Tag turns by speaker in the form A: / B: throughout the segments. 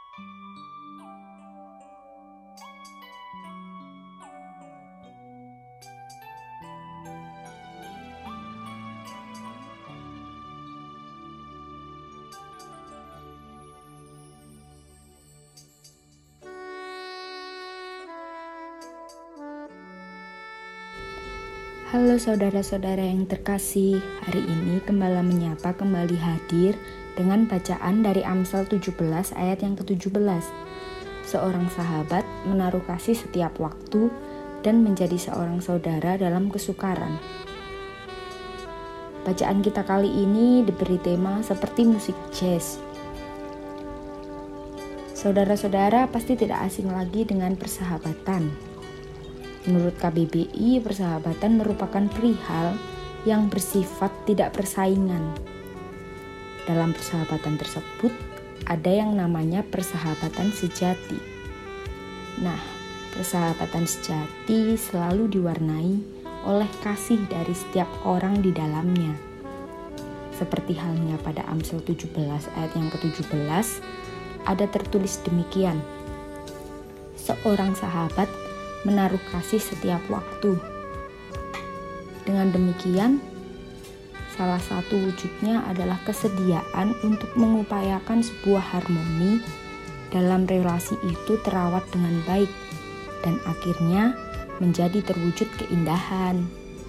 A: Halo saudara-saudara yang terkasih, hari ini Gembala Menyapa kembali hadir dengan bacaan dari Amsal 17 ayat yang ke-17. Seorang sahabat menaruh kasih setiap waktu dan menjadi seorang saudara dalam kesukaran. Bacaan kita kali ini diberi tema seperti musik jazz. Saudara-saudara pasti tidak asing lagi dengan persahabatan. Menurut KBBI, persahabatan merupakan perihal yang bersifat tidak persaingan. Dalam persahabatan tersebut, ada yang namanya persahabatan sejati. Nah, persahabatan sejati selalu diwarnai oleh kasih dari setiap orang di dalamnya. Seperti halnya pada Amsal 17 ayat yang ke-17, ada tertulis demikian. Seorang sahabat menaruh kasih setiap waktu. Dengan demikian, salah satu wujudnya adalah kesediaan untuk mengupayakan sebuah harmoni dalam relasi itu terawat dengan baik dan akhirnya menjadi terwujud keindahan.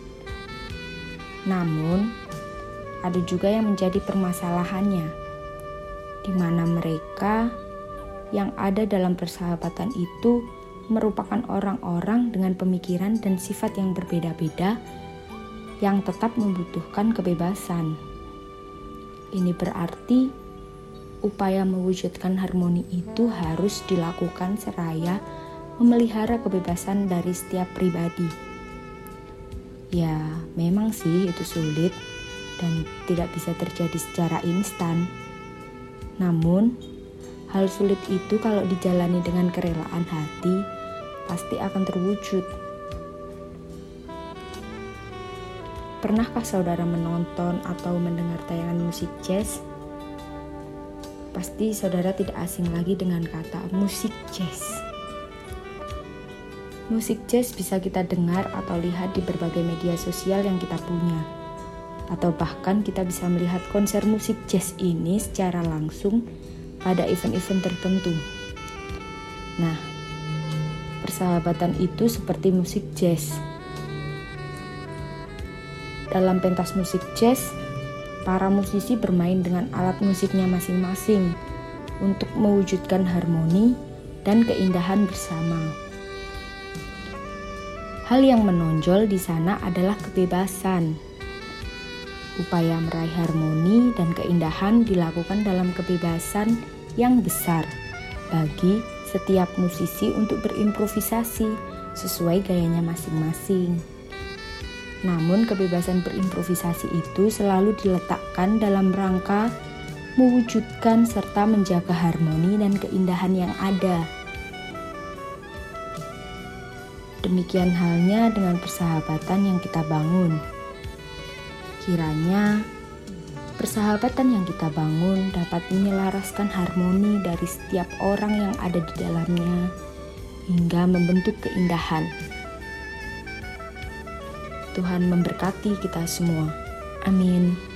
A: Namun, ada juga yang menjadi permasalahannya, di mana mereka yang ada dalam persahabatan itu merupakan orang-orang dengan pemikiran dan sifat yang berbeda-beda yang tetap membutuhkan kebebasan. Ini berarti upaya mewujudkan harmoni itu harus dilakukan seraya memelihara kebebasan dari setiap pribadi. Ya, memang sih itu sulit dan tidak bisa terjadi secara instan. Namun, hal sulit itu kalau dijalani dengan kerelaan hati, pasti akan terwujud. Pernahkah saudara menonton atau mendengar tayangan musik jazz? Pasti saudara tidak asing lagi dengan kata musik jazz. Musik jazz bisa kita dengar atau lihat di berbagai media sosial yang kita punya. Atau bahkan kita bisa melihat konser musik jazz ini secara langsung pada event-event tertentu. Nah, persahabatan itu seperti musik jazz. Dalam pentas musik jazz, para musisi bermain dengan alat musiknya masing-masing untuk mewujudkan harmoni dan keindahan bersama. Hal yang menonjol di sana adalah kebebasan. Upaya meraih harmoni dan keindahan dilakukan dalam kebebasan yang besar bagi setiap musisi untuk berimprovisasi sesuai gayanya masing-masing. Namun kebebasan berimprovisasi itu selalu diletakkan dalam rangka mewujudkan serta menjaga harmoni dan keindahan yang ada. Demikian halnya dengan persahabatan yang kita bangun. Kiranya persahabatan yang kita bangun dapat menyelaraskan harmoni dari setiap orang yang ada di dalamnya hingga membentuk keindahan. Tuhan memberkati kita semua. Amin.